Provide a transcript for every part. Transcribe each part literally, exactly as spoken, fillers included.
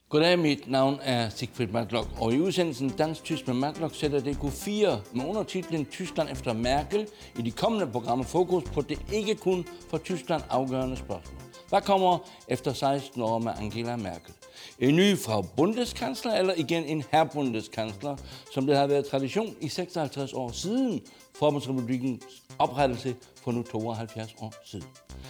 Goddag, mit navn er Siegfried Matlock, og i udsendelsen Dansk-Tysk med Matlock sætter D K fire med undertitlen Tyskland efter Merkel i de kommende programmer fokus på det ikke kun for Tyskland afgørende spørgsmål. Hvad kommer efter seksten år med Angela Merkel? En ny Frau Bundeskansler eller igen en Herr Bundeskansler, som det har været tradition i seksoghalvtreds år siden Forbundsrepublikkens oprettelse for nu tooghalvfjerds år siden.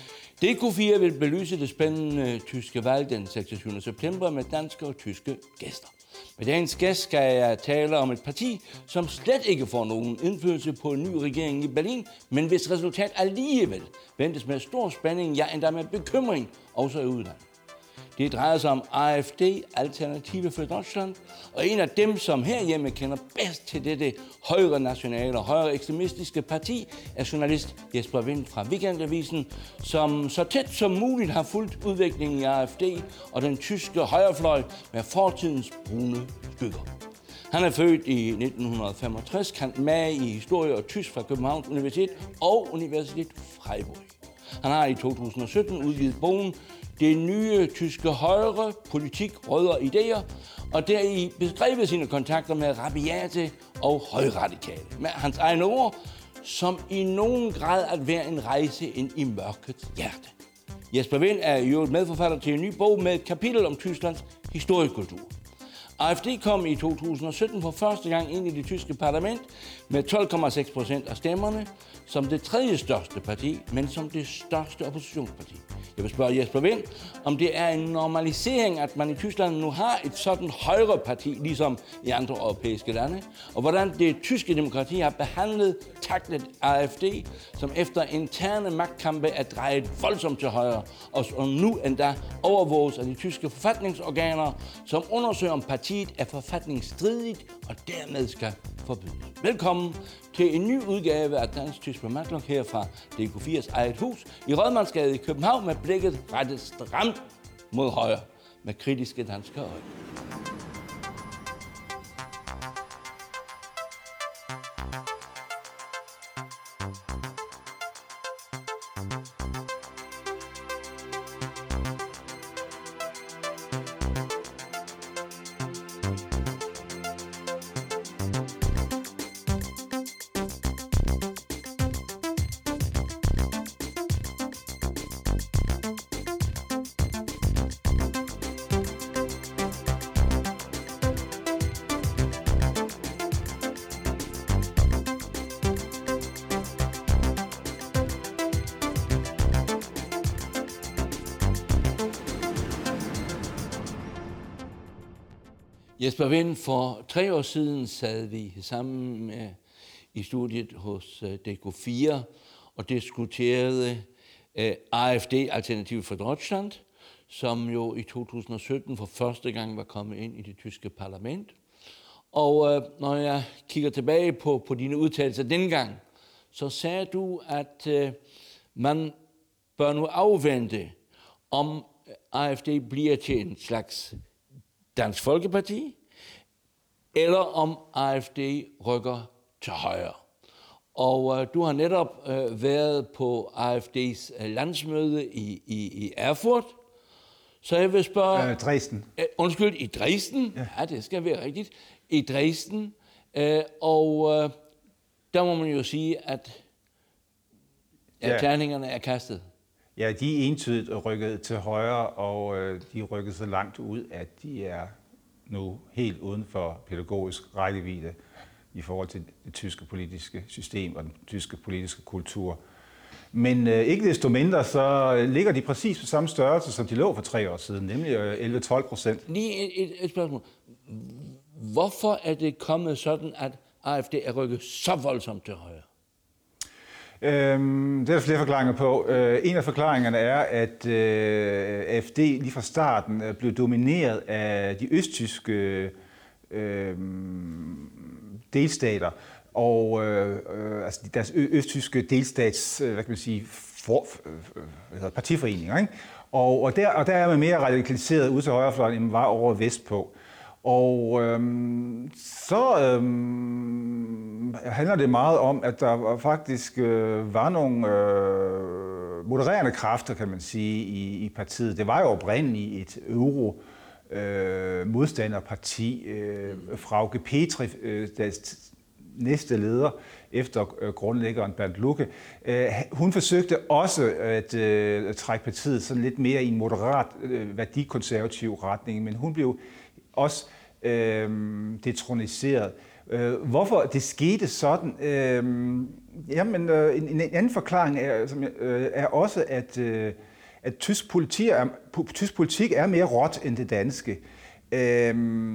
D K fire vil belyse det spændende tyske valg den seksogtyvende september med danske og tyske gæster. Med dagens gæst skal jeg tale om et parti, som slet ikke får nogen indflydelse på en ny regering i Berlin, men hvis resultat alligevel ventes med stor spænding, ja endda med bekymring, også i udlandet. Det drejer sig om A F D, Alternative für Deutschland, og en af dem, som herhjemme kender bedst til dette højre nationale og højre ekstremistiske parti, er journalist Jesper Wind fra Weekendavisen, som så tæt som muligt har fulgt udviklingen i A F D og den tyske højrefløj med fortidens brune skygger. Han er født i nitten femogtres, kan mage i historie og tysk fra Københavns Universitet og Universitet Freiburg. Han har i to tusind og sytten udgivet bogen Det nye tyske højre, politik, rødder og idéer, og deri beskrevet sine kontakter med rabiate og højradikale. Med hans egne ord, som i nogen grad at være en rejse ind i mørkets hjerte. Jesper Wind er i øvrigt medforfatter til en ny bog med et kapitel om Tysklands historiekultur. A F D kom i to tusind og sytten for første gang ind i det tyske parlament med tolv komma seks procent af stemmerne, som det tredje største parti, men som det største oppositionsparti. Jeg vil spørge Jesper Wind, om det er en normalisering, at man i Tyskland nu har et sådan højre parti, ligesom i andre europæiske lande, og hvordan det tyske demokrati har behandlet, taklet A F D, som efter interne magtkampe er drejet voldsomt til højre, og som nu endda overvåges af de tyske forfatningsorganer, som undersøger, om partiet er forfatningsstridigt og dermed skal forbydes. Velkommen til en ny udgave af Dansk-Tysk med Matlock her fra D K fires eget hus i Rådmandsgade i København med blikket rettet stramt mod højre med kritiske danske øjne. Jesper Wind, for tre år siden sad vi sammen med, i studiet hos uh, D K fire og diskuterede uh, A F D, Alternative für Deutschland, som jo i to tusind og sytten for første gang var kommet ind i det tyske parlament. Og uh, når jeg kigger tilbage på, på dine udtalelser dengang, så sagde du, at uh, man bør nu afvente, om A F D bliver til en slags Dansk Folkeparti, eller om A F D rykker til højre. Og øh, du har netop øh, været på A F D's øh, landsmøde i, i, i Erfurt, så jeg vil spørge... Øh, Dresden. Øh, undskyld, i Dresden? Ja. ja, det skal være rigtigt. I Dresden. Øh, og øh, der må man jo sige, at ja, ja. terningerne er kastet. Ja, de er entydigt rykket til højre, og øh, de er rykket så langt ud, at de er nu helt uden for pædagogisk rækkevidde i forhold til det tyske politiske system og den tyske politiske kultur. Men øh, ikke desto mindre, så ligger de præcis på samme størrelse, som de lå for tre år siden, nemlig elleve til tolv procent. Lige et, et, et spørgsmål. Hvorfor er det kommet sådan, at A F D er rykket så voldsomt til højre? Øhm, det er der flere forklaringer på. Øh, en af forklaringerne er, at øh, A F D lige fra starten øh, blev domineret af de østtyske øh, delstater og øh, øh, altså deres østtyske delstats, øh, hvad kan man sige, for, øh, partiforeninger, ikke? Og, og, der, og der er man mere radikaliseret ud til højrefløjen, end man var over vestpå. Og øhm, så øhm, handler det meget om, at der faktisk øh, var nogle øh, modererende kræfter, kan man sige, i, i partiet. Det var jo oprindeligt et euro øh, modstanderparti. Øh, Frauke Petri, øh, deres næste leder efter øh, grundlæggeren Bernd Lucke, øh, hun forsøgte også at øh, trække partiet sådan lidt mere i en moderat øh, værdikonservativ retning, men hun blev også øh, detroniseret. Øh, hvorfor det skete sådan? Øh, jamen, øh, en, en anden forklaring er, som, øh, er også, at, øh, at tysk politik, er, tysk politik er mere råt end det danske. Øh,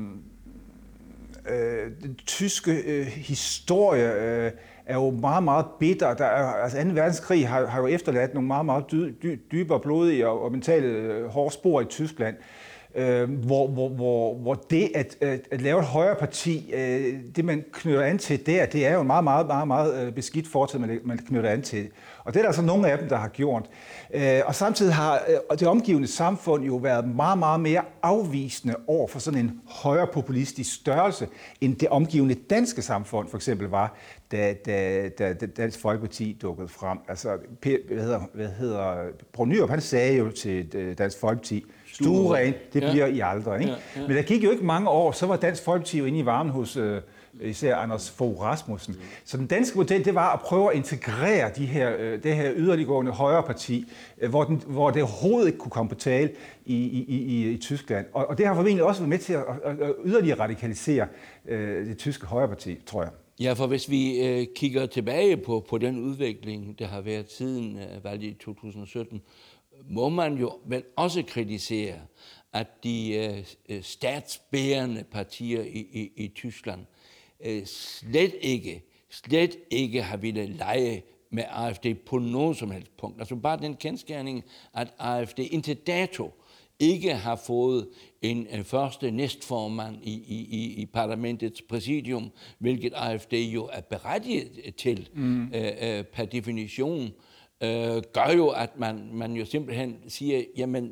øh, den tyske øh, historie øh, er jo meget, meget bitter. Der er, altså anden verdenskrig har, har jo efterladt nogle meget, meget dy, dy, dybere, blodige og, og mentale øh, hårde spor i Tyskland. Øh, hvor, hvor, hvor, hvor det at, at, at lave et højre parti, øh, det man knytter an til der, det er jo en meget, meget, meget, meget beskidt fortid, man, man knytter an til. Og det er der altså nogle af dem, der har gjort. Øh, og samtidig har øh, det omgivende samfund jo været meget, meget mere afvisende over for sådan en højre populistisk størrelse, end det omgivende danske samfund for eksempel var, da, da, da, da Dansk Folkeparti dukkede frem. Altså, hvad hedder, hvad hedder Poul Nyrup, han sagde jo til Dansk Folkeparti, stueren, det bliver ja. I aldrig. Ikke? Ja, ja. Men der gik jo ikke mange år, så var Dansk Folkeparti jo inde i varmen hos øh, især Anders Fogh Rasmussen. Mm. Så den danske model, det var at prøve at integrere de her, øh, det her yderliggående højreparti, øh, hvor, den, hvor det overhovedet ikke kunne komme på tale i, i, i, i Tyskland. Og, og det har formentlig også været med til at, at, at yderligere radikalisere øh, det tyske højreparti, tror jeg. Ja, for hvis vi øh, kigger tilbage på, på den udvikling, der har været siden øh, valget i to tusind og sytten, må man jo vel også kritisere, at de øh, statsbærende partier i, i, i Tyskland øh, slet ikke, slet ikke har ville lege med AfD på noget som helst punkt. Altså bare den kendsgerning, at AfD indtil dato ikke har fået en øh, første næstformand i, i, i parlamentets præsidium, hvilket AfD jo er berettiget til mm. øh, øh, per definition, øh, gør jo, at man, man jo simpelthen siger, jamen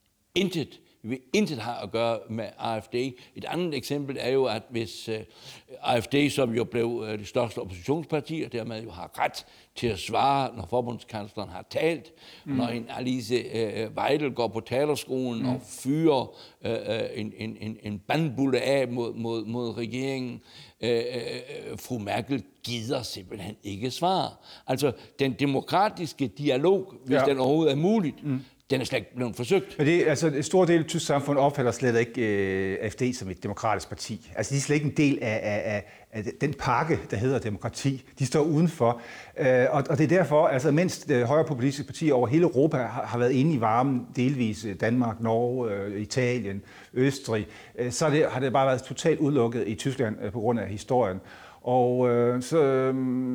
intet, vi intet har at gøre med AfD. Et andet eksempel er jo, at hvis øh, AfD, som jo blev øh, det største oppositionsparti, og dermed jo har ret til at svare, når forbundskansleren har talt, mm. når en Alice øh, Weidel går på talerskolen mm. og fyrer øh, en, en, en, en bandbulle af mod, mod, mod regeringen, øh, øh, fru Merkel gider simpelthen ikke svare. Altså, den demokratiske dialog, hvis ja. den overhovedet er muligt, mm. den er slet ikke blevet forsøgt. Men det, altså, et stort del af tysk samfund opfatter slet ikke øh, A F D som et demokratisk parti. Altså, de er slet ikke en del af, af, af den pakke, der hedder demokrati. De står udenfor. Øh, og, og det er derfor, altså, mens det højre politiske partier over hele Europa har, har været inde i varmen, delvis Danmark, Norge, øh, Italien, Østrig, øh, så det, har det bare været totalt udelukket i Tyskland øh, på grund af historien. Og øh, så øh,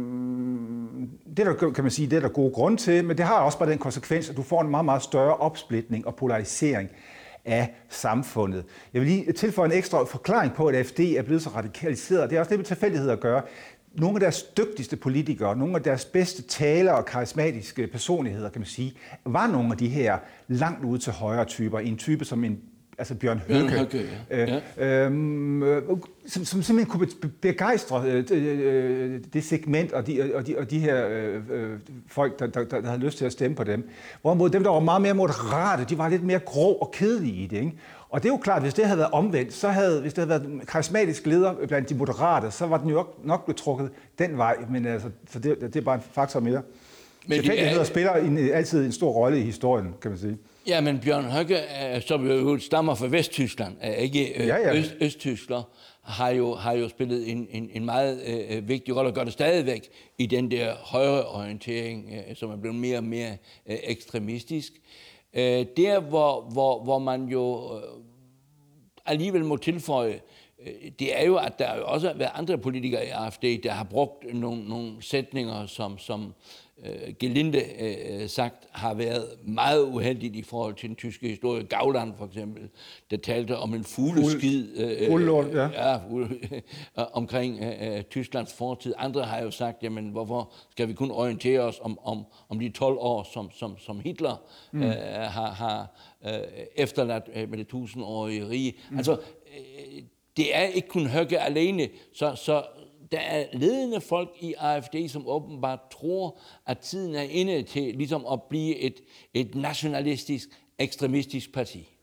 det der, kan man sige, det er der gode grunde til, men det har også bare den konsekvens, at du får en meget, meget større opsplitning og polarisering af samfundet. Jeg vil lige tilføje en ekstra forklaring på, at A F D er blevet så radikaliseret. Det er også lidt med tilfældighed at gøre. Nogle af deres dygtigste politikere, nogle af deres bedste talere og karismatiske personligheder, kan man sige, var nogle af de her langt ude til højre typer. En type som en altså Bjørn Høcke, Bjørn Høcke ja. øh, øh, som, som simpelthen kunne begejstre øh, øh, det segment og de, og de, og de her øh, folk, der, der, der havde lyst til at stemme på dem. Hvorimod dem, der var meget mere moderate, de var lidt mere grå og kedelige i det. Ikke? Og det er jo klart, hvis det havde været omvendt, så havde, hvis det havde været en karismatisk leder blandt de moderate, så var den jo nok blevet trukket den vej. Men altså, så det, det er bare en faktor mere. Men tilfældigheder er... spiller en, altid en stor rolle i historien, kan man sige. Ja, men Bjørn Høcke, som jo stammer fra Vesttyskland, er ikke ja, ja. Øst, østtyskler, har jo, har jo spillet en, en, en meget øh, vigtig rolle og gør det stadigvæk i den der højreorientering, øh, som er blevet mere og mere øh, ekstremistisk. Øh, der, hvor, hvor, hvor man jo øh, alligevel må tilføje, øh, det er jo, at der jo også har været andre politikere i A F D, der har brugt nogle, nogle sætninger, som... som Uh, gelinde uh, sagt, har været meget uheldigt i forhold til den tyske historie. Gauland for eksempel, der talte om en fugleskid uh, uh, ja. ja, uh, omkring uh, Tysklands fortid. Andre har jo sagt, jamen hvorfor skal vi kun orientere os om, om, om de tolv år, som, som, som Hitler mm. uh, har, har uh, efterladt uh, med det tusindårige rige. Mm. Altså, uh, det er ikke kun Høcke alene, så, så der er ledende folk i A F D, som åbenbart tror, at tiden er inde til ligesom at blive et, et nationalistisk, ekstremistisk parti.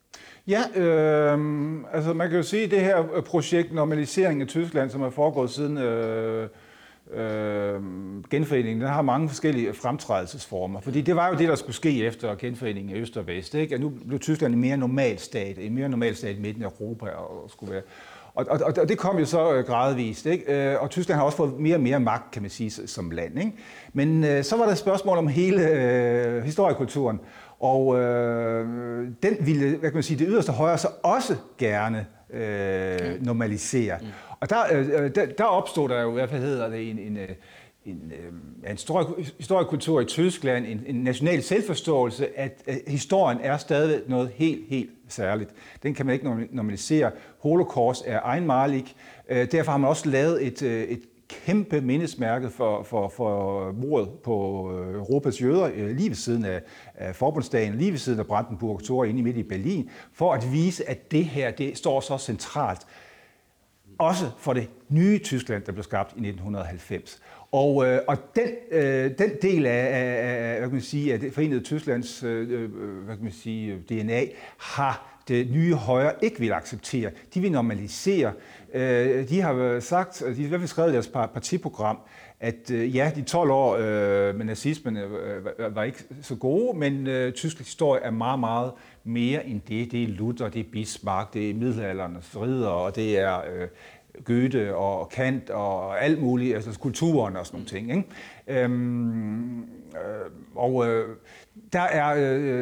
Ja, øh, altså man kan jo sige, at det her projekt normalisering af Tyskland, som er foregået siden øh, øh, genforeningen, den har mange forskellige fremtrædelsesformer. Fordi det var jo det, der skulle ske efter genforeningen i Øst og Vest. Ikke? At nu blev Tyskland en mere normal stat, en mere normal stat i midten af Europa og skulle være. Og, og, og det kom jo så gradvist, ikke? Og Tyskland har også fået mere og mere magt, kan man sige, som land. Ikke? Men øh, så var der et spørgsmål om hele øh, historiekulturen, og øh, den ville, hvad kan man sige, det yderste højre så også gerne øh, normalisere. Mm. Og der, øh, der, der opstod der jo, hvad hedder det, en, en, en, en historiekultur i Tyskland, en, en national selvforståelse, at, at historien er stadig noget helt, helt særligt. Den kan man ikke normalisere. Holocaust er einmalig. Derfor har man også lavet et, et kæmpe mindesmærke for, for, for mordet på Europas jøder, lige ved siden af, af Forbundsdagen, lige ved siden af Brandenburg Tor inde i midt i Berlin, for at vise, at det her det står så centralt. Også for det nye Tyskland, der blev skabt i nitten halvfems. Og, øh, og den, øh, den del af, af, hvad kan man sige, af det forenede Tysklands øh, hvad kan man sige, D N A har det nye højre ikke vil acceptere. De vil normalisere. Øh, de har sagt, de har i hvert fald skrevet i deres partiprogram, at øh, ja, de tolv år øh, med nazismen øh, var ikke så gode, men øh, tysk historie er meget, meget mere end det. Det er Luther, det er Bismarck, det er middelalderens ridder, og det er øh, Goethe og Kant og alt muligt, altså kulturen og sådan nogle ting. Ikke? Øhm, øh, og øh, der er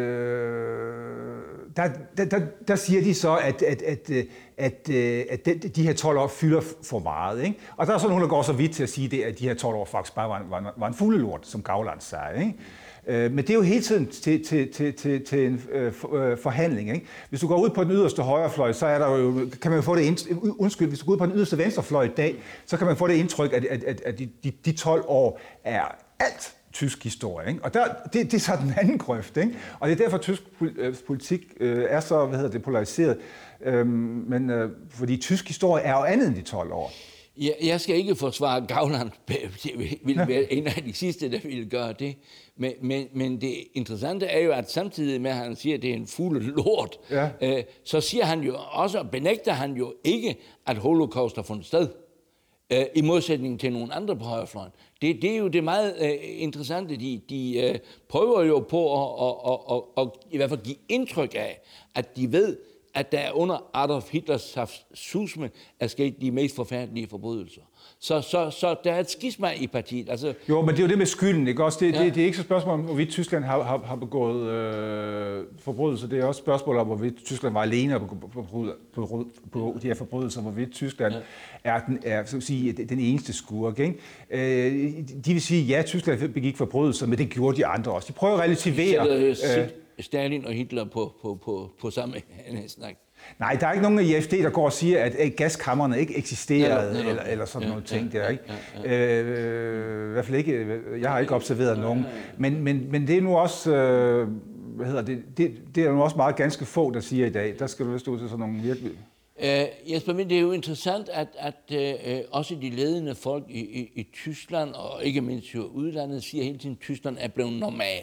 øh, der, der, der, der siger de så, at, at, at, at, at de, de her tolv år fylder for meget. Ikke? Og der er så nogen, der går så vidt til at sige det, at de her tolv år faktisk bare var en, var en, var en fuglelort, som Gauland sagde. Ikke? Men det er jo hele tiden til, til, til, til, til en forhandling. Ikke? Hvis du går ud på den yderste højrefløj, så er der jo, kan man jo få det indtryk, undskyld, hvis du går ud på den yderste venstrefløj i dag, så kan man få det indtryk, at, at, at, at de, de, de tolv år er alt tysk historie. Ikke? Og der, det, det er så den anden grøft. Ikke? Og det er derfor, at tysk politik øh, er så hvad hedder det, polariseret. Øhm, men øh, fordi tysk historie er jo andet end de tolv år. Jeg, jeg skal ikke forsvare Gauland. Det ville være en af de sidste, der ville gøre det. Men, men, men det interessante er jo, at samtidig med, at han siger, at det er en fugle lort, ja. øh, så siger han jo også, benægter han jo ikke, at holocaust har fundet sted. Øh, I modsætning til nogle andre på højrefløjen. Det, det er jo det meget øh, interessante. De, de øh, prøver jo på at, at, at, at, at i hvert fald give indtryk af, at de ved, at der under Adolf Hitlers susme er sket de mest forfærdelige forbrydelser. Så, så, så der er et skisma i partiet. Altså, jo, men det er jo det med skylden, ikke også? Det, ja. det, det er ikke så et spørgsmål om, hvorvidt Tyskland har, har, har begået øh, forbrydelser. Det er også et spørgsmål om, hvorvidt Tyskland var alene på, på, på, på, på de her forbrydelser. Hvorvidt Tyskland ja. er, den, er så at sige, den eneste skurk. Ikke? Øh, de vil sige, ja, Tyskland begik forbrydelser, men det gjorde de andre også. De prøver at relativere... Øh, Stalin og Hitler på, på, på, på samme snak. Nej, der er ikke nogen af I F D, der går og siger, at gaskammerne ikke eksisterede, ja, ja, ja. Eller, eller sådan ja, nogle ting ja, der, ikke? Ja, ja. Øh, I hvert fald ikke, jeg har ikke observeret ja, nogen. Men, men, men det er nu også, øh, hvad hedder det, det, det er nu også meget ganske få, der siger i dag. Der skal du vist ud til sådan nogle virkelig... Uh, Jesper, men det er jo interessant, at, at uh, også de ledende folk i, i, i Tyskland, og ikke mindst jo udlandet, siger hele tiden, at Tyskland er blevet normal.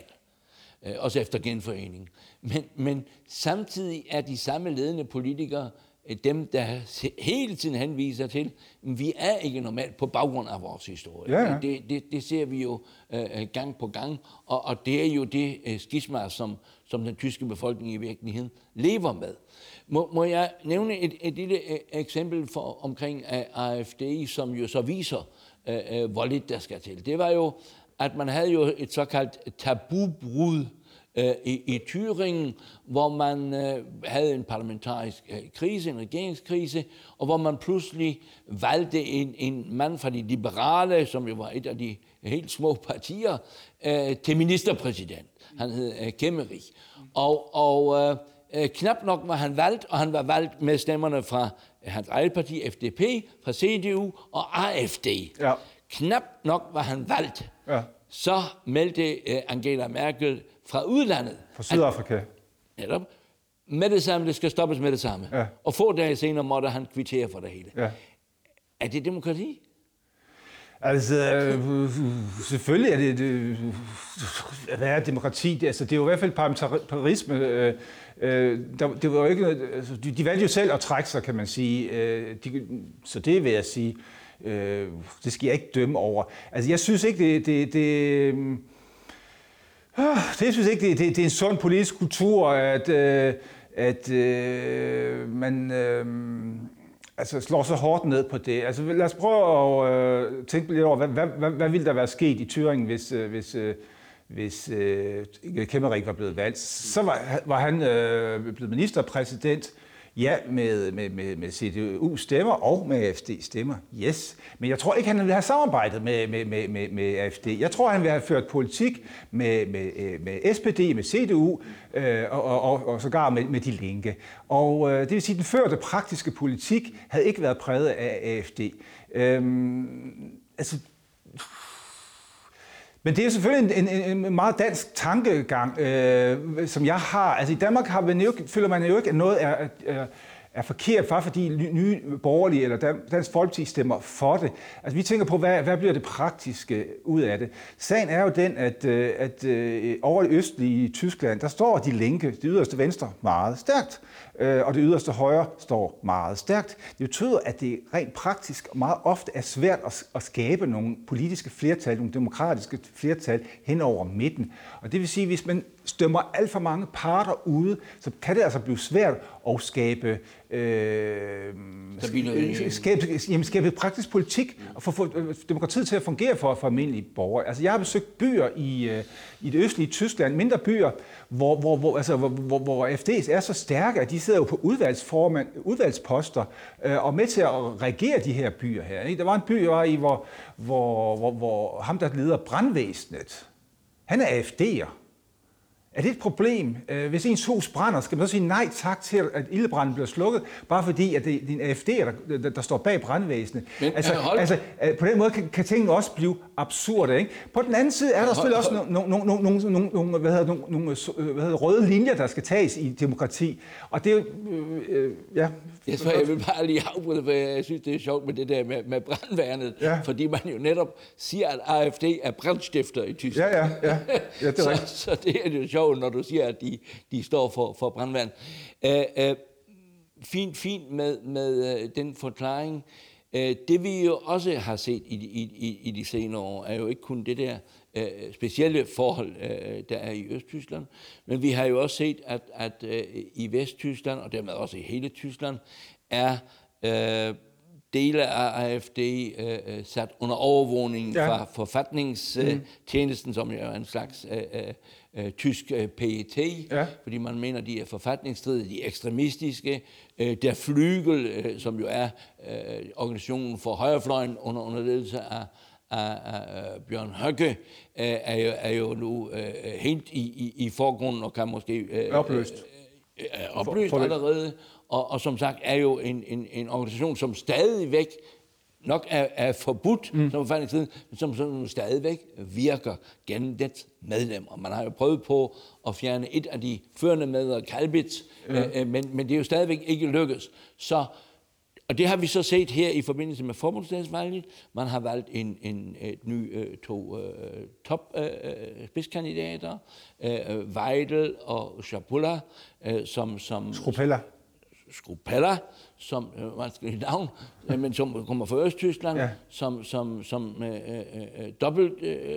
Også efter genforeningen. Men, men samtidig er de samme ledende politikere dem, der hele tiden henviser til, at vi er ikke normalt på baggrund af vores historie. Ja, ja. Det, det, det ser vi jo uh, gang på gang, og, og det er jo det uh, skisma, som, som den tyske befolkning i virkeligheden lever med. Må, må jeg nævne et, et lille uh, eksempel for, omkring uh, A F D, som jo så viser, uh, uh, hvor lidt der skal til. Det var jo, at man havde jo et såkaldt tabubrud øh, i, i Thüringen, hvor man øh, havde en parlamentarisk øh, krise, en regeringskrise, og hvor man pludselig valgte en, en mand fra de liberale, som jo var et af de helt små partier, øh, til ministerpræsident. Han hed øh, Kemmerich. Og, og øh, knap nok var han valgt, og han var valgt med stemmerne fra øh, hans eget parti, F D P, fra C D U og A F D. Ja. Knap nok var han valgt. Ja. Så meldte uh, Angela Merkel fra udlandet. Fra Sydafrika. Netop. Med det samme, det skal stoppes med det samme. Ja. Og få dage senere måtte han kvittere for det hele. Ja. Er det demokrati? Altså, øh, selvfølgelig er det, det hvad er demokrati? Det, altså, det er jo i hvert fald parlamentarisme. Øh, Øh, der, det var jo ikke, altså, de, de valgte jo selv at trække sig, kan man sige. Øh, de, så det vil jeg sige, øh, det skal jeg ikke dømme over. Altså, jeg synes ikke, det... det, det øh, det synes ikke, det, det, det er en sund politisk kultur, at, øh, at øh, man... Øh, Altså slår så hårdt ned på det. Altså lad os prøve at øh, tænke lidt over, hvad, hvad, hvad, hvad ville der være sket i Thüringen, hvis, øh, hvis, øh, hvis øh, Kemmerich var blevet valgt. Så var, var han øh, blevet ministerpræsident, ja, med, med, med, med C D U-stemmer og med A F D-stemmer, yes. Men jeg tror ikke, han ville have samarbejdet med, med, med, med, med A F D. Jeg tror, han ville have ført politik med, med, med S P D, med C D U øh, og, og, og, og sågar med, med De Linke. Og øh, det vil sige, at den førte praktiske politik havde ikke været præget af A F D. Øhm, altså... Men det er selvfølgelig en, en, en meget dansk tankegang, øh, som jeg har. Altså i Danmark har man jo, føler man jo ikke, at noget er, er, er forkert, bare fordi nye borgerlige eller Dansk Folkeparti stemmer for det. Altså vi tænker på, hvad, hvad bliver det praktiske ud af det? Sagen er jo den, at, at, at over i østlige Tyskland, der står De Linke, det yderste venstre, meget stærkt. Og det yderste højre står meget stærkt. Det betyder, at det rent praktisk meget ofte er svært at, at skabe nogle politiske flertal, nogle demokratiske flertal hen over midten. Og det vil sige, at hvis man stemmer alt for mange parter ude, så kan det altså blive svært at skabe, øh, skabe, jamen, skabe praktisk politik og få, få demokratiet til at fungere for, for almindelige borgere. Altså, jeg har besøgt byer i, i det østlige Tyskland, mindre byer, hvor, hvor, hvor, altså, hvor, hvor, hvor A F D er så stærke, at de sidder jo på udvalgsformand, udvalgsposter øh, og med til at regere de her byer her. Ikke? Der var en by, jeg var i, hvor, hvor, hvor, hvor ham, der leder brandvæsenet, han er A F D'er. Er det et problem? Hvis ens hus brænder, skal man så sige nej tak til, at ildebranden bliver slukket, bare fordi, at det er din A F D'er, der, der, der står bag brandvæsenet? Men, altså, altså, på den måde kan, kan tingene også blive absurde. Ikke? På den anden side er der selvfølgelig også nogle, nogle, nogle, nogle, nogle, nogle, hvad hedder, nogle, nogle hvad hedder, røde linjer, der skal tages i demokrati. Og det er jo... Øh, ja... Jeg tror, jeg vil bare lige afbryde, for jeg synes, det er sjovt med det der med, med brandværnet, ja. Fordi man jo netop siger, at A F D er brandstifter i Tyskland. Ja, ja, ja. ja det er så, så det er jo sjovt, når du siger, at de, de står for, for brandværn. Uh, uh, fint, fint med, med uh, den forklaring. Uh, det vi jo også har set i, i, i, i de senere år, er jo ikke kun det der uh, specielle forhold, uh, der er i Østtyskland, men vi har jo også set, at, at uh, i Vesttyskland, og dermed også i hele Tyskland, er uh, dele af A F D øh, sat under overvågning ja. Fra forfatningstjenesten, mm. som jo er en slags øh, øh, tysk øh, P E T, ja. Fordi man mener, de er forfatningsstridige, de er ekstremistiske. Øh, der Flügel, øh, som jo er øh, organisationen for højrefløjen under, under ledelse af, af, af Bjørn Høcke, øh, er, jo, er jo nu øh, helt i, i, i forgrunden og kan måske... Øh, opløst. Øh, øh, opløst for, for allerede. Og, og som sagt er jo en, en, en organisation, som stadigvæk nok er, er forbudt, mm. som fandt siden, men som, som stadigvæk virker gennem dets medlemmer. Man har jo prøvet på at fjerne et af de førende medlemmer, Kalbitz, ja. øh, men, men det er jo stadigvæk ikke lykkedes. Så, og det har vi så set her i forbindelse med forbundsdagsvalget. Man har valgt en, en et ny øh, to øh, top øh, spidskandidater, øh, Weidel og Schapula, øh, som... som Schrupella. Schrupella, som øh, man skal i navn, øh, men som kommer fra Østtyskland, ja. som, som, som øh, øh, dobbelt øh,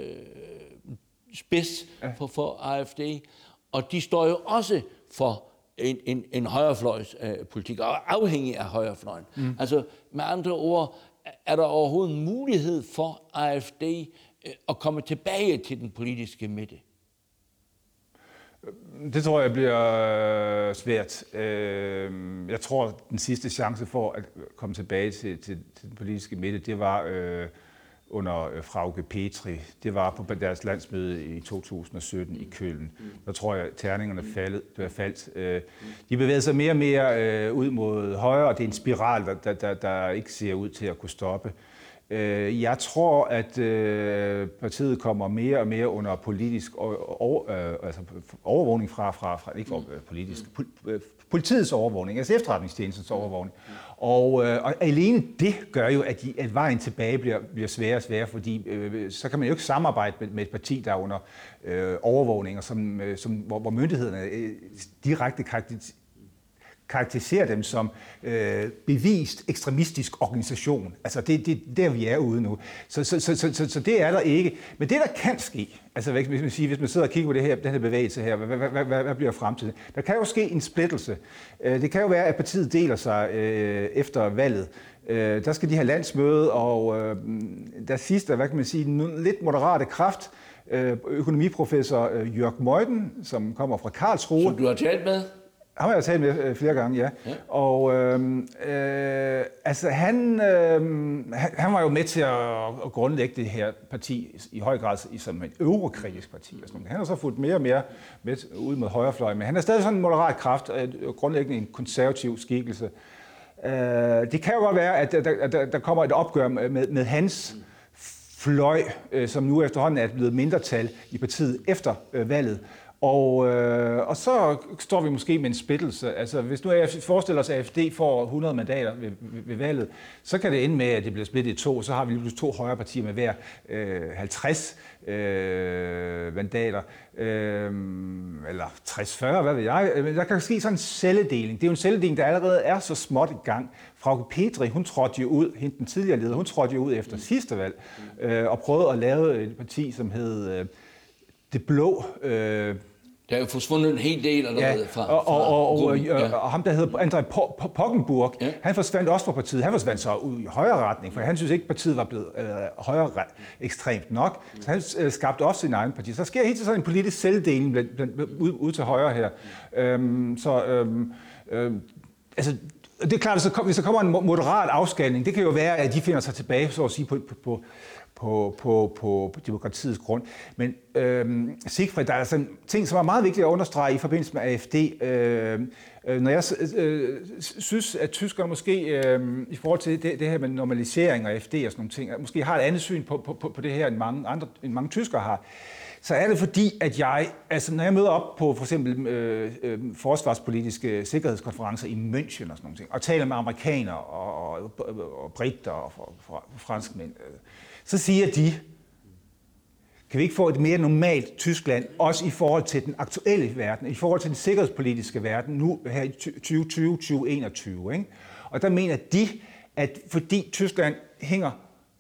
spids ja. for, for A F D. Og de står jo også for en, en, en højrefløjs øh, politik, og afhængig af højrefløjen. Mm. Altså med andre ord, er der overhovedet en mulighed for A F D øh, at komme tilbage til den politiske midte? Det tror jeg bliver svært. Jeg tror, den sidste chance for at komme tilbage til, til, til den politiske midte, det var øh, under Frauke Petri. Det var på deres landsmøde i to tusind og sytten i Køln. Der tror jeg, at terningerne faldet, er faldt. De bevægede sig mere og mere ud mod højre, og det er en spiral, der, der, der ikke ser ud til at kunne stoppe. Øh, jeg tror, at øh, partiet kommer mere og mere under politisk over, øh, altså overvågning fra, fra, fra ikke fra politisk, politiets overvågning, altså efterretningstjenestens overvågning. Og, øh, og alene det gør jo, at, de, at vejen tilbage bliver, bliver sværere og sværere, fordi øh, så kan man jo ikke samarbejde med, med et parti, der er under øh, overvågning, og som, øh, som, hvor, hvor myndighederne øh, direkte karakteriserer karakteriserer dem som øh, bevist ekstremistisk organisation. Altså det er det, der, vi er ude nu. Så, så, så, så, så, så det er der ikke. Men det, der kan ske, altså hvis man, siger, hvis man sidder og kigger på det her, den her bevægelse her, hvad, hvad, hvad, hvad bliver fremtiden? Der kan jo ske en splittelse. Det kan jo være, at partiet deler sig øh, efter valget. Øh, der skal de have landsmøde, og øh, der sidste, hvad kan man sige, en lidt moderate kraft, øh, økonomiprofessor øh, Jörg Meuthen, som kommer fra Karlsruhe. Som du har talt med? Ham har jeg talt med flere gange, ja. ja. Og øh, øh, altså han, øh, han var jo med til at, at grundlægge det her parti i høj grad i som et eurokritisk parti. Altså, han har så fulgt mere og mere med ud mod højrefløj, men han er stadig sådan en moderat kraft, grundlæggende en konservativ skikkelse. Øh, det kan jo godt være, at der, der, der kommer et opgør med, med hans fløj, øh, som nu efterhånden er blevet mindretal i partiet efter øh, valget. Og, øh, og så står vi måske med en splittelse. Altså, hvis nu jeg forestiller os, at A F D får hundrede mandater ved, ved, ved valget, så kan det ende med, at det bliver splittet i to. Så har vi lige to højre partier med hver øh, halvtreds øh, mandater. Øh, eller tres fyrre, hvad ved jeg. Men der kan ske sådan en celledeling. Det er jo en celledeling, der allerede er så småt i gang. Frauke Petri, hun trådte jo ud, hende den tidligere leder, hun trådte jo ud efter sidste valg, øh, og prøvede at lave et parti, som hed øh, Det Blå. Øh, der er jo forsvundet en hel del allerede ja, fra, og, og, og, og, ja. og ham, der hedder André Poggenburg, ja. han forsvandt også fra partiet. Han forsvandt så ud i højre retning, for han synes ikke, partiet var blevet øh, højre ekstremt nok. Så han øh, skabte også sin egen parti. Så sker helt sådan en politisk selvdeling blandt, blandt, ud, ud til højre her. Øhm, så øhm, øhm, altså, det er klart, at så kom, hvis der kommer en moderat afskalning, det kan jo være, at de finder sig tilbage, så at sige, på, på På, på, på, på demokratiets grund. Men øhm, Sigfrid, der er sådan en ting, som er meget vigtigt at understrege i forbindelse med A F D. Øh, øh, når jeg øh, synes, at tyskerne måske øh, i forhold til det, det her med normalisering og A F D og sådan nogle ting, måske har et andet syn på, på, på det her, end mange andre, end mange tyskere har, så er det fordi, at jeg, altså når jeg møder op på for eksempel øh, øh, forsvarspolitiske sikkerhedskonferencer i München og sådan nogle ting, og taler med amerikanere og, og, og, og britter og, og, og franskmænd, øh, så siger de, kan vi ikke få et mere normalt Tyskland, også i forhold til den aktuelle verden, i forhold til den sikkerhedspolitiske verden, nu her i tyve tyve til tyve enogtyve. Ikke? Og der mener de, at fordi Tyskland hænger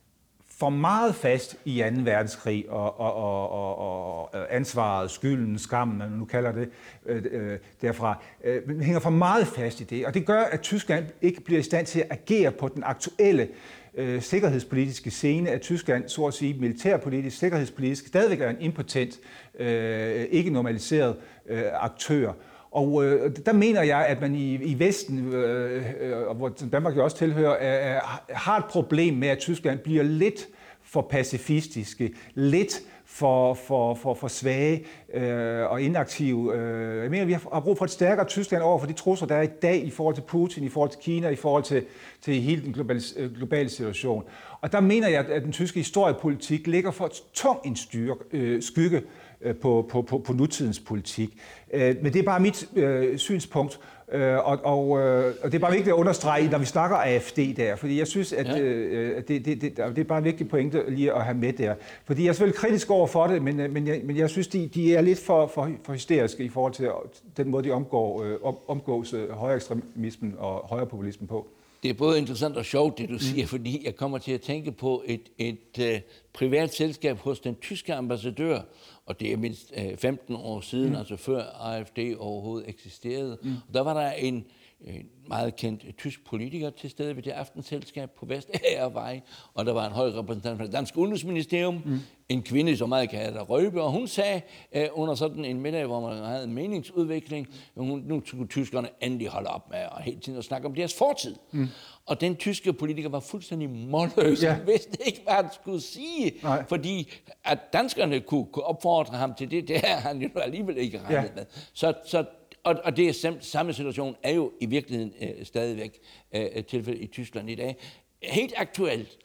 for meget fast i anden verdenskrig, og, og, og, og, og ansvaret, skylden, skammen, man nu kalder det øh, derfra, øh, hænger for meget fast i det. Og det gør, at Tyskland ikke bliver i stand til at agere på den aktuelle øh, sikkerhedspolitiske scene, at Tyskland, så at sige, militærpolitisk, sikkerhedspolitisk, stadigvæk er en impotent, øh, ikke normaliseret øh, aktør. Og øh, der mener jeg, at man i, i Vesten, øh, øh, hvor Danmark jo også tilhører, øh, har et problem med, at Tyskland bliver lidt for pacifistiske, lidt for, for, for, for svage øh, og inaktive. Øh, jeg mener, vi har brug for et stærkere Tyskland over for de trusler, der er i dag i forhold til Putin, i forhold til Kina, i forhold til, til hele den globale, globale situation. Og der mener jeg, at den tyske historiepolitik ligger for tung en styrke, øh, skygge På, på, på, på nutidens politik. Men det er bare mit øh, synspunkt, øh, og, og, øh, og det er bare vigtigt at understrege, når vi snakker A F D der, fordi jeg synes, at, ja. øh, det, det, det, det er bare en vigtig pointe lige at have med der. Fordi jeg er selvfølgelig kritisk over for det, men, men, jeg, men jeg synes, de, de er lidt for, for, for hysteriske i forhold til den måde, de omgår, øh, omgås øh, højreekstremismen og højrepopulismen på. Det er både interessant og sjovt, det du siger, mm. fordi jeg kommer til at tænke på et, et uh, privat selskab hos den tyske ambassadør, og det er mindst uh, femten år siden, mm. altså før A F D overhovedet eksisterede. Mm. Og der var der en, en meget kendt tysk politiker til stede ved det aftenselskab på Vestagervej, og der var en høj repræsentant fra det danske udenrigsministerium, mm. en kvinde, som meget kan have der røbe, og hun sagde uh, under sådan en middag, hvor man havde en meningsudvikling, hun, nu skulle tyskerne endelig holde op med at hele tiden at snakke om deres fortid. Mm. Og den tyske politiker var fuldstændig målløs. Ja. Han vidste ikke, hvad han skulle sige. Nej. Fordi at danskerne kunne, kunne opfordre ham til det, det har han jo alligevel ikke regnet ja. med. Så, så, og, og det er samme situation er jo i virkeligheden øh, stadigvæk øh, tilfældet i Tyskland i dag. Helt aktuelt.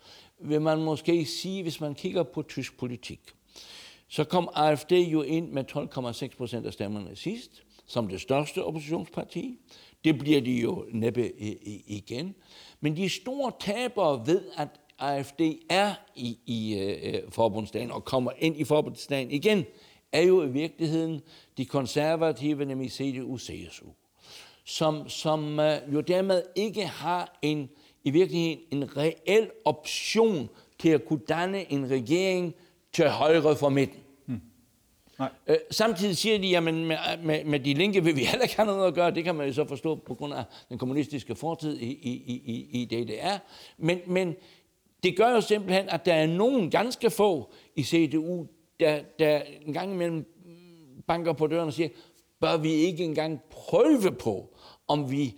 vil man måske sige, hvis man kigger på tysk politik, så kom A F D jo ind med tolv komma seks procent af stemmerne sidst, som det største oppositionsparti. Det bliver de jo næppe igen. Men de store tabere ved, at A F D er i, i øh, forbundsdagen og kommer ind i forbundsdagen igen, er jo i virkeligheden de konservative, nemlig C D U C S U, som, som øh, jo dermed ikke har en, i virkeligheden en reel option til at kunne danne en regering til højre for midten. Hmm. Nej. Øh, samtidig siger de, at med, med, med de linke vil vi heller ikke have noget at gøre. Det kan man jo så forstå på grund af den kommunistiske fortid i, i, i, i D D R. Men, men det gør jo simpelthen, at der er nogen ganske få i C D U, der, der en gang imellem banker på døren og siger, bør vi ikke engang prøve på, om vi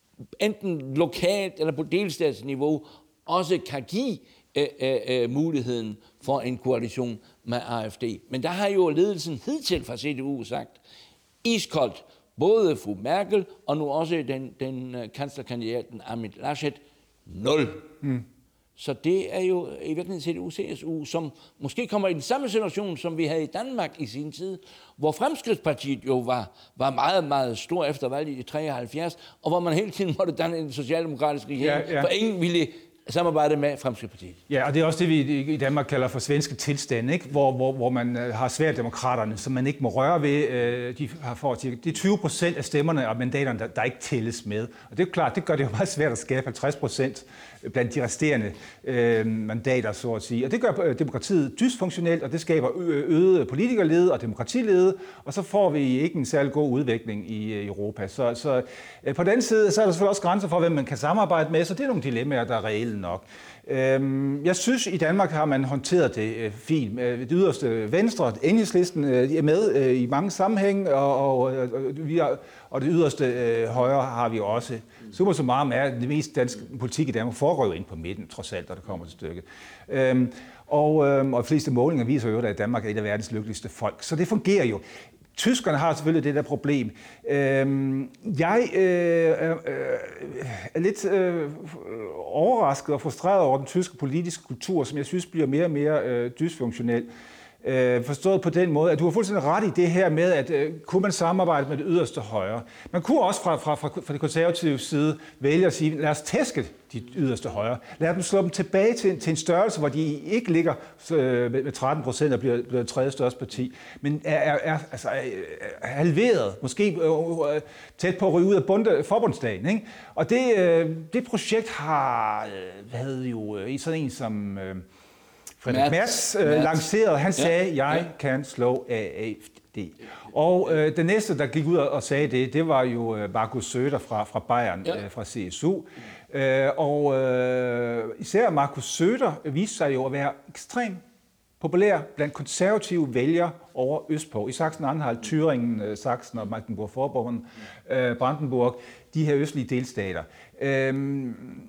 enten lokalt eller på delstatsniveau også kan give øh, øh, muligheden for en koalition med A F D. Men der har jo ledelsen hidtil fra C D U sagt, iskoldt, både fru Merkel og nu også den, den uh, kanslerkandidaten Armin Laschet, nul. Mm. Så det er jo i virkeligheden C D U C S U, som måske kommer i den samme situation, som vi havde i Danmark i sin tid, hvor Fremskridtspartiet jo var, var meget, meget stor efter valget i treoghalvfjerds, og hvor man hele tiden måtte danne en socialdemokratisk regering, ja, ja. For ingen ville samarbejde med Fremskridtspartiet. Ja, og det er også det, vi i Danmark kalder for svenske tilstande, ikke? Hvor, hvor, hvor man har Sverigedemokraterne, som man ikke må røre ved. De har for at det er tyve procent af stemmerne og mandaterne, der, der ikke tælles med. Og det er klart, det gør det jo meget svært at skabe halvtreds procent blandt de resterende øh, mandater, så at sige. Og det gør demokratiet dysfunktionelt, og det skaber øget politikerlede og demokratilede, og så får vi ikke en særlig god udvikling i Europa. Så, så øh, på den side, så er der selvfølgelig også grænser for, hvem man kan samarbejde med, så det er nogle dilemmaer, der er reelle nok. Jeg synes, i Danmark har man håndteret det fint. Det yderste venstre, Enhedslisten, er med i mange sammenhænge, og, og, vi har, og det yderste højre har vi også. Summa summarum er, det meste danske politik i Danmark foregår jo ind på midten, trods alt, når det kommer til stykket. Og, og de fleste målinger viser jo, at Danmark er et af verdens lykkeligste folk. Så det fungerer jo. Tyskerne har selvfølgelig det der problem. Jeg er lidt overrasket og frustreret over den tyske politiske kultur, som jeg synes bliver mere og mere dysfunktionel. Forstået på den måde, at du har fuldstændig ret i det her med, at uh, kunne man samarbejde med det yderste højre. Man kunne også fra, fra, fra, fra det konservative side vælge at sige, lad os tæske de yderste højre. Lad dem slå dem tilbage til, til en størrelse, hvor de ikke ligger uh, med tretten procent og bliver, bliver tredje største parti, men er, er, er, altså, er halveret, måske uh, tæt på at ryge ud af bunde, forbundsdagen. Ikke? Og det, uh, det projekt har uh, havde jo uh, sådan en som... Uh, Frederik Merz øh, lancerede, han sagde, ja, jeg ja. kan slå A F D. Og øh, den næste, der gik ud og sagde det, det var jo øh, Markus Söder fra, fra Bayern, ja. øh, fra C S U. Øh, og øh, især Markus Söder viste sig jo at være ekstremt populær blandt konservative vælgere over østpå. I Sachsen-Anhalt, Thüringen, øh, Sachsen og Mecklenburg-Vorpommern, øh, Brandenburg, de her østlige delstater. Øh,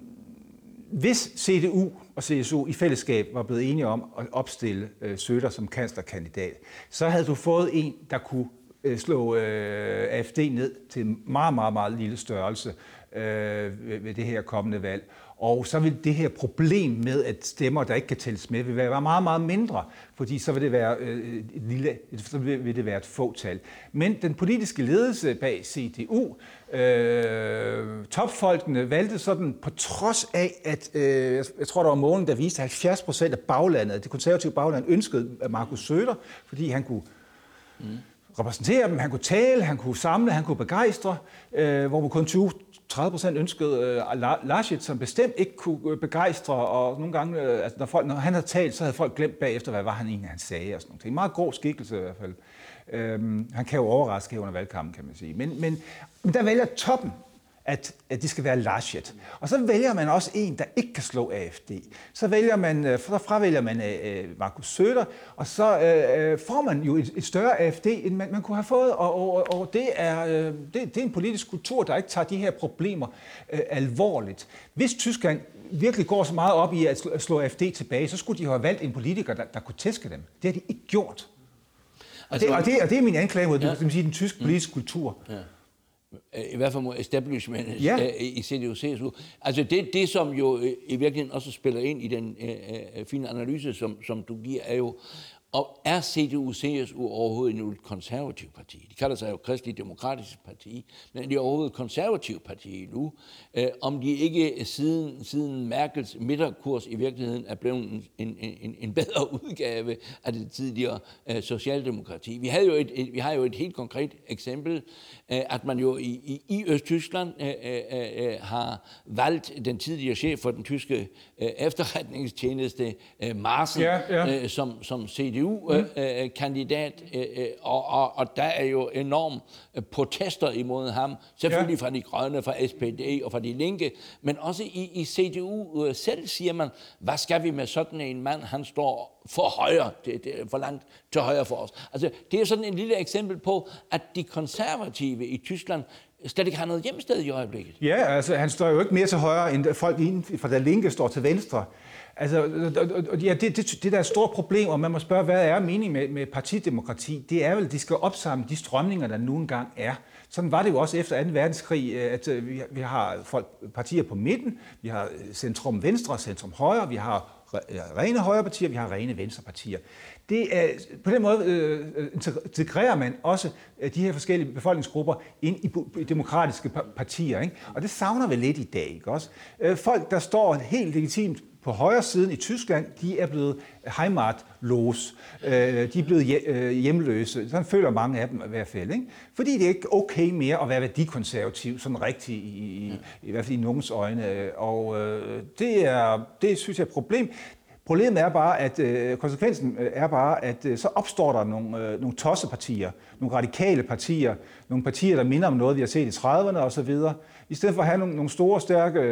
Hvis C D U og C S U i fællesskab var blevet enige om at opstille øh, Söder som kanslerkandidat, så havde du fået en, der kunne øh, slå øh, A F D ned til en meget, meget, meget lille størrelse øh, ved, ved det her kommende valg. Og så vil det her problem med, at stemmer, der ikke kan tælles med, vil være meget, meget mindre, fordi så vil det være øh, et lille, så vil det være et fåtal. Men den politiske ledelse bag C D U, øh, topfolkene valgte sådan, på trods af, at øh, jeg tror, der var målen, der viste, at halvfjerds procent af baglandet, det konservative bagland, ønskede Markus Söder, fordi han kunne mm. repræsentere dem, han kunne tale, han kunne samle, han kunne begejstre, øh, hvor kun tyve til tredive procent ønskede øh, Laschet, som bestemt ikke kunne begejstre, og nogle gange, øh, altså, når, folk, når han havde talt, så havde folk glemt bagefter, hvad var han egentlig, han sagde, og sådan noget. En meget god skikkelse i hvert fald. Øhm, han kan jo overraske under valgkampen, kan man sige. Men, men, men der vælger toppen, at, at det skal være Laschet. Og så vælger man også en, der ikke kan slå A F D. Så vælger man, så fravælger man uh, Markus Söder, og så uh, får man jo et, et større A F D, end man, man kunne have fået. Og, og, og det, er, uh, det, det er en politisk kultur, der ikke tager de her problemer uh, alvorligt. Hvis Tyskland virkelig går så meget op i at slå A F D tilbage, så skulle de have valgt en politiker, der, der kunne tæske dem. Det har de ikke gjort. Og, altså, det, og, det, og det er min anklage mod ja. den tyske politiske kultur. Ja. i hvert fald mod establishmentet ja. øh, i C D U C S U. Altså det, det, som jo øh, i virkeligheden også spiller ind i den øh, øh, fine analyse, som, som du giver, er jo, og er C D U C S U overhovedet nu et konservativt parti? De kalder sig jo Kristelig Demokratisk Parti, men de er overhovedet et konservativt parti nu. Øh, om de ikke siden, siden Merkels midterkurs i virkeligheden er blevet en, en, en, en bedre udgave af det tidligere øh, socialdemokrati. Vi, havde jo et, et, vi har jo et helt konkret eksempel, øh, at man jo i, i, i Østtyskland øh, øh, øh, har valgt den tidligere chef for den tyske øh, efterretningstjeneste, øh, Marsen, ja, ja. Øh, som, som C D U-kandidat, mm. øh, øh, og, og, og der er jo enorme protester imod ham, selvfølgelig ja. fra de grønne, fra S P D og fra de linke, men også i, i C D U selv siger man, hvad skal vi med sådan en mand, han står for højre, det, det, for langt til højre for os. Altså, det er sådan en lille eksempel på, at de konservative i Tyskland slet ikke har noget hjemsted i øjeblikket. Ja, altså han står jo ikke mere til højre, end folk inden for der linke står til venstre. Altså, ja, det, det, det der er et stort problem, og man må spørge, hvad er meningen med, med partidemokrati? Det er vel, at de skal opsamle de strømninger, der nu engang er. Sådan var det jo også efter anden verdenskrig, at vi, vi har folk, partier på midten, vi har centrum venstre, centrum højre, vi har rene højre partier, vi har rene venstre partier. Det er, på den måde øh, integrerer man også de her forskellige befolkningsgrupper ind i demokratiske partier, ikke? Og det savner vi lidt i dag, ikke også? Folk, der står helt legitimt på højre siden i Tyskland, de er blevet heimatlose. De er blevet hjemløse. Sådan føler mange af dem i hvert fald, ikke? Fordi det er ikke okay mere at være værdikonservativ, sådan rigtig i, i, i hvert fald i nogens øjne. Og det er, det synes jeg er et problem. Problemet er bare, at øh, konsekvensen er bare, at øh, så opstår der nogle, øh, nogle tossepartier, nogle radikale partier, nogle partier, der minder om noget, vi har set i trediverne osv. I stedet for at have nogle, nogle store, stærke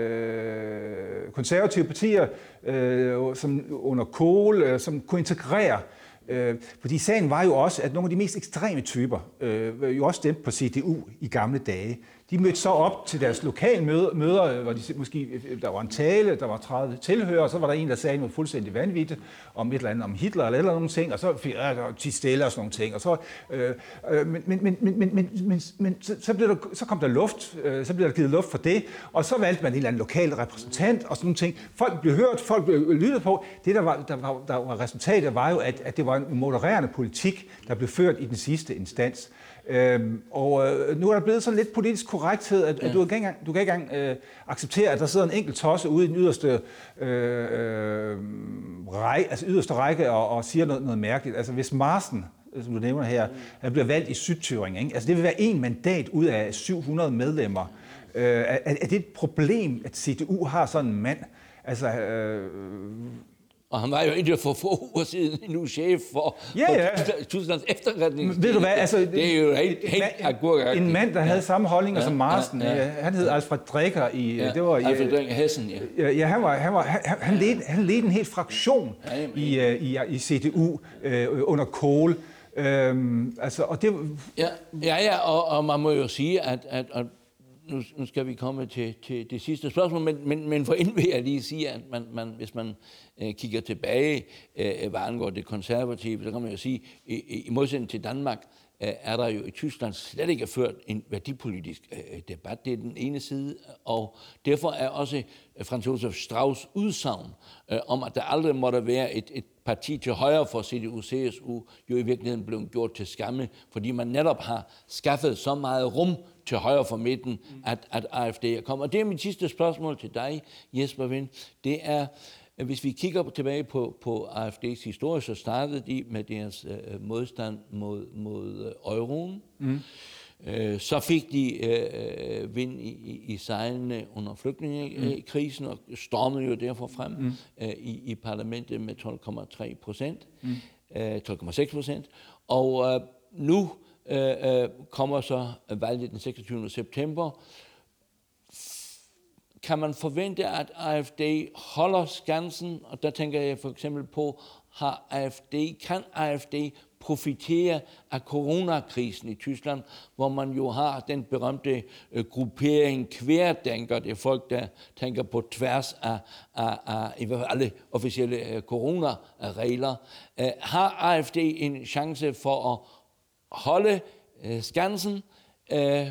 øh, konservative partier, øh, som under Kohl, øh, som kunne integrere. Øh, fordi sagen var jo også, at nogle af de mest ekstreme typer øh, jo også stemte på C D U i gamle dage. De mødte så op til deres lokale møder, møder, hvor de måske, der var en tale, der var tredive tilhørere, og så var der en, der sagde noget fuldstændig vanvittigt om et eller andet, om Hitler eller eller nogle ting, og så fik jeg ti stille og sådan nogle ting, og så, øh, øh, men, men, men, men, men, men, men så, så, blev der, så kom der luft, øh, så blev der givet luft for det, og så valgte man en eller anden lokal repræsentant og sådan nogle ting. Folk blev hørt, folk blev lyttet på. Det, der var, der var, der var resultatet, var jo, at, at det var en modererende politik, der blev ført i den sidste instans. Øhm, og øh, nu er der blevet sådan lidt politisk korrekthed, at, ja. at du, kan engang, du kan ikke engang øh, acceptere, at der sidder en enkelt tosse ude i den yderste, øh, øh, række, altså yderste række og, og siger noget, noget mærkeligt. Altså hvis Marsen, som du nævner her, mm. bliver valgt i Sydthüringen, ikke? Altså det vil være en mandat ud af syv hundrede medlemmer. Øh, er, er det et problem, at C D U har sådan en mand? Altså... Øh, Og han var jo ikke for få uger siden nu chef for, ja, ja. for Tysklands efterretningstjeneste. Ved du hvad, altså, det er jo helt, helt agurkagtigt. En mand, der havde ja. samme holdninger ja, som Marsten. Ja, ja. Han hed Alfred Drecker i... Ja, det var, Alfred Drecker Hessen, ja. Ja, han, var, han, var, han, han, ledte, han ledte en hel fraktion ja, i, i, i C D U øh, under Kohl. Øhm, altså, og det... Ja, ja, ja og, og man må jo sige, at... at, at Nu, nu skal vi komme til, til det sidste spørgsmål, men, men, men forinden vil jeg lige sige, at man, man, hvis man øh, kigger tilbage, øh, hvad angår det konservative, så kan man jo sige, i, i modsætning til Danmark, øh, er der jo i Tyskland slet ikke ført en værdipolitisk øh, debat. Det er den ene side, og derfor er også Franz Josef Strauss' udsagn øh, om, at der aldrig måtte være et, et parti til højre for C D U C S U, jo i virkeligheden blevet gjort til skamme, fordi man netop har skaffet så meget rum til højre for midten, mm. at, at A F D er kommet. Og det er mit sidste spørgsmål til dig, Jesper Wind. Det er, hvis vi kigger tilbage på, på A F D's historie, så startede de med deres øh, modstand mod, mod øh, euroen. Mm. Øh, så fik de øh, vind i, i, i sejlene under flygtningekrisen, mm. og stormede jo derfor frem mm. øh, i, i parlamentet med tolv komma tre procent, mm. øh, tolv komma seks procent. Og øh, nu Øh, kommer så valget den seksogtyvende september. Kan man forvente, at A F D holder skansen? Og der tænker jeg for eksempel på, har A F D, kan A F D profitere af coronakrisen i Tyskland, hvor man jo har den berømte øh, gruppering Querdenker, det er folk, der tænker på tværs af, af, af i hvert fald alle officielle øh, coronaregler. Øh, har A F D en chance for at holde øh, skansen, øh,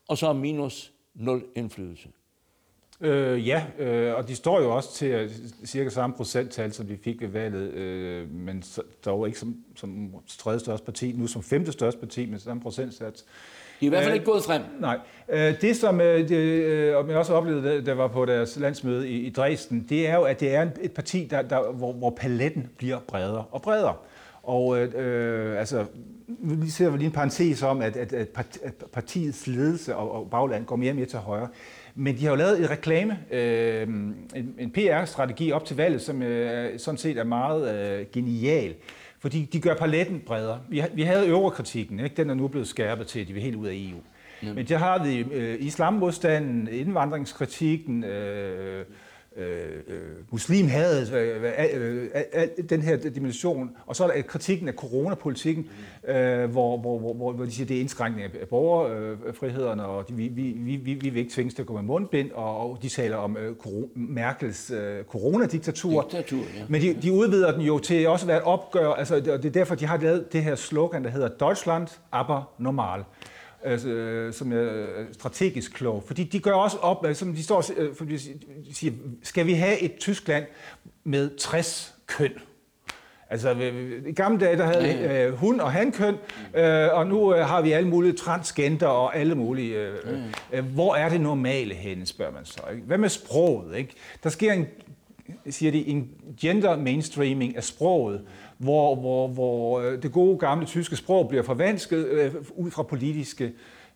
og så minus nul indflydelse. Øh, ja, øh, og de står jo også til cirka samme procenttal, som de fik ved valget, øh, men så, dog ikke som, som tredje største parti, nu som femte største parti med samme procentsats. De er i hvert fald ikke gået frem. Nej. Det, som det, og jeg også oplevede, da jeg var på deres landsmøde i, i Dresden, det er jo, at det er et parti, der, der, hvor, hvor paletten bliver bredere og bredere. Og øh, altså, vi ser lige en parentes om, at, at, at partiets ledelse og, og bagland går mere og mere til højre. Men de har jo lavet en reklame, øh, en, en P R-strategi op til valget, som øh, sådan set er meget øh, genial. Fordi de gør paletten bredere. Vi, vi havde eurokritikken, ikke? Den er nu blevet skærpet til, at de vil helt ud af E U. Mm. Men der har vi øh, islammodstanden, indvandringskritikken, øh, øh, muslimhadet, øh, øh, den her dimension. Og så er der kritikken af coronapolitikken, mm. øh, hvor, hvor, hvor, hvor de siger, at det er indskrænkning af borgerfrihederne, og de, vi, vi, vi, vi vil ikke tvinges til at gå med mundbind, og de taler om øh, Merkels øh, coronadiktatur. Diktatur, ja. Men de, de udvider den jo til også at være et opgør, altså, og det er derfor, de har lavet det her slogan, der hedder Deutschland, aber normal. Altså, som er strategisk klog. Fordi de gør også op, som de står for de siger, skal vi have et Tyskland med tres køn? Altså, i gamle dage, der havde vi ja, ja. hun- og hankøn, øh, og nu øh, har vi alle mulige transgender og alle mulige. Øh, øh, hvor er det normale henne, spørger man så. Ikke? Hvad med sproget? Ikke? Der sker en, siger de, en gender mainstreaming af sproget, hvor, hvor, hvor det gode gamle tyske sprog bliver forvansket øh, ud fra politiske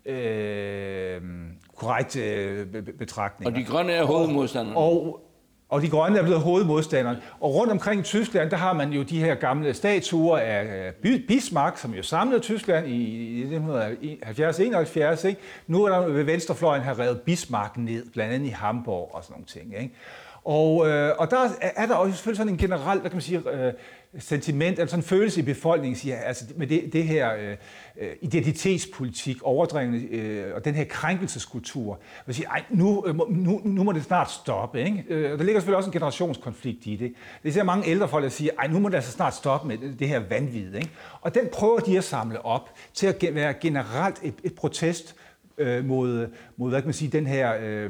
øh, korrekte øh, betragtninger. Og de grønne er hovedmodstanderne. Og, og de grønne er blevet hovedmodstanderne. Og rundt omkring i Tyskland, der har man jo de her gamle statuer af Bismarck, som jo samlede Tyskland i nitten halvfjerds enoghalvfjerds. Ikke? Nu er der ved venstrefløjen har revet Bismarck ned, blandt andet i Hamburg og sådan nogle ting. Ikke? Og, øh, og der er der også selvfølgelig sådan en generel, hvad kan man sige, øh, sentiment, altså en følelse i befolkningen, siger, altså med det, det her øh, identitetspolitik, overdrivende, øh, og den her krænkelseskultur, hvor siger, ej, nu, nu, nu må det snart stoppe, ikke? Øh, der ligger selvfølgelig også en generationskonflikt i det. Det ser mange ældre folk, der siger, ej, nu må det altså snart stoppe med det, det her vanvid, ikke? Og den prøver de at samle op til at være generelt et, et protest øh, mod, mod, hvad kan man sige, den her øh,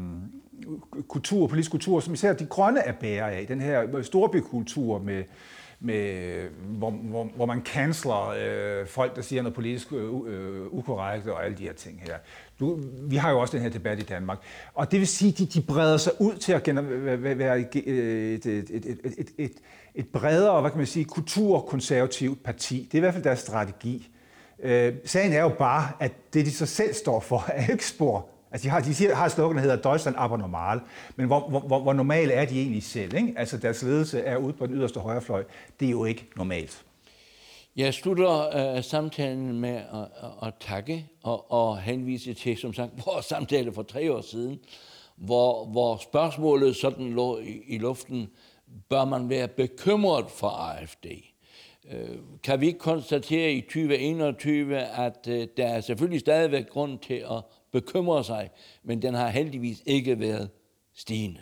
kultur, politisk kultur, som især de grønne er bærer af, den her storbykultur med, med hvor, hvor, hvor man canceler øh, folk, der siger noget politisk øh, øh, ukorrekt og alle de her ting her. Du, vi har jo også den her debat i Danmark. Og det vil sige, at de, de breder sig ud til at være et, et, et, et, et, et, et bredere, hvad kan man sige, kulturkonservativt parti. Det er i hvert fald deres strategi. Øh, sagen er jo bare, at det de så selv står for, er ikke spor. Altså, de har, de siger, har et slogan, der hedder Deutschland aber normal, men hvor, hvor, hvor normale er de egentlig selv, ikke? Altså, deres ledelse er ude på den yderste højrefløj. Det er jo ikke normalt. Jeg slutter uh, samtalen med at, at, at takke og, og henvise til, som sagt, vores samtale for tre år siden, hvor, hvor spørgsmålet sådan lå i, i luften, bør man være bekymret for A F D? Uh, kan vi ikke konstatere i tyve enogtyve, at uh, der er selvfølgelig stadigvæk grund til at bekymre sig, men den har heldigvis ikke været stigende.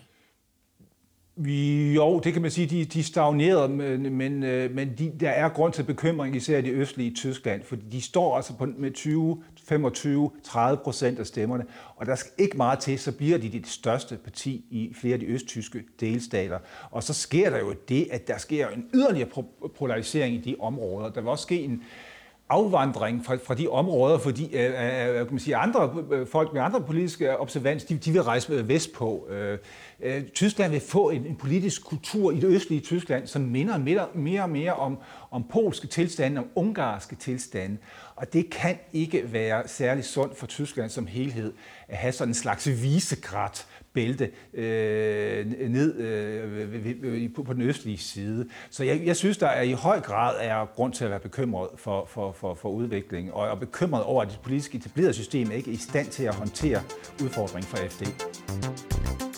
Jo, det kan man sige, de, de stagnerede, men, men, men de, der er grund til bekymring, især i det østlige Tyskland, for de står altså på, med tyve, femogtyve, tredive procent af stemmerne, og der skal ikke meget til, så bliver de det største parti i flere af de østtyske delstater. Og så sker der jo det, at der sker en yderligere polarisering i de områder. Der vil også ske en afvandring fra, fra de områder, fordi øh, øh, kan man sige, andre øh, folk med andre politiske observans, de, de vil rejse vestpå. Øh, øh, Tyskland vil få en, en politisk kultur i det østlige Tyskland, som minder mere, mere og mere om, om polske tilstande, om ungarske tilstande. Og det kan ikke være særlig sundt for Tyskland som helhed at have sådan en slags visegrat bælte øh, ned øh, på, på den østlige side. Så jeg, jeg synes, der er i høj grad er grund til at være bekymret for, for, for, for udviklingen, og er bekymret over, at det politiske etablerede system ikke er i stand til at håndtere udfordringen for A F D.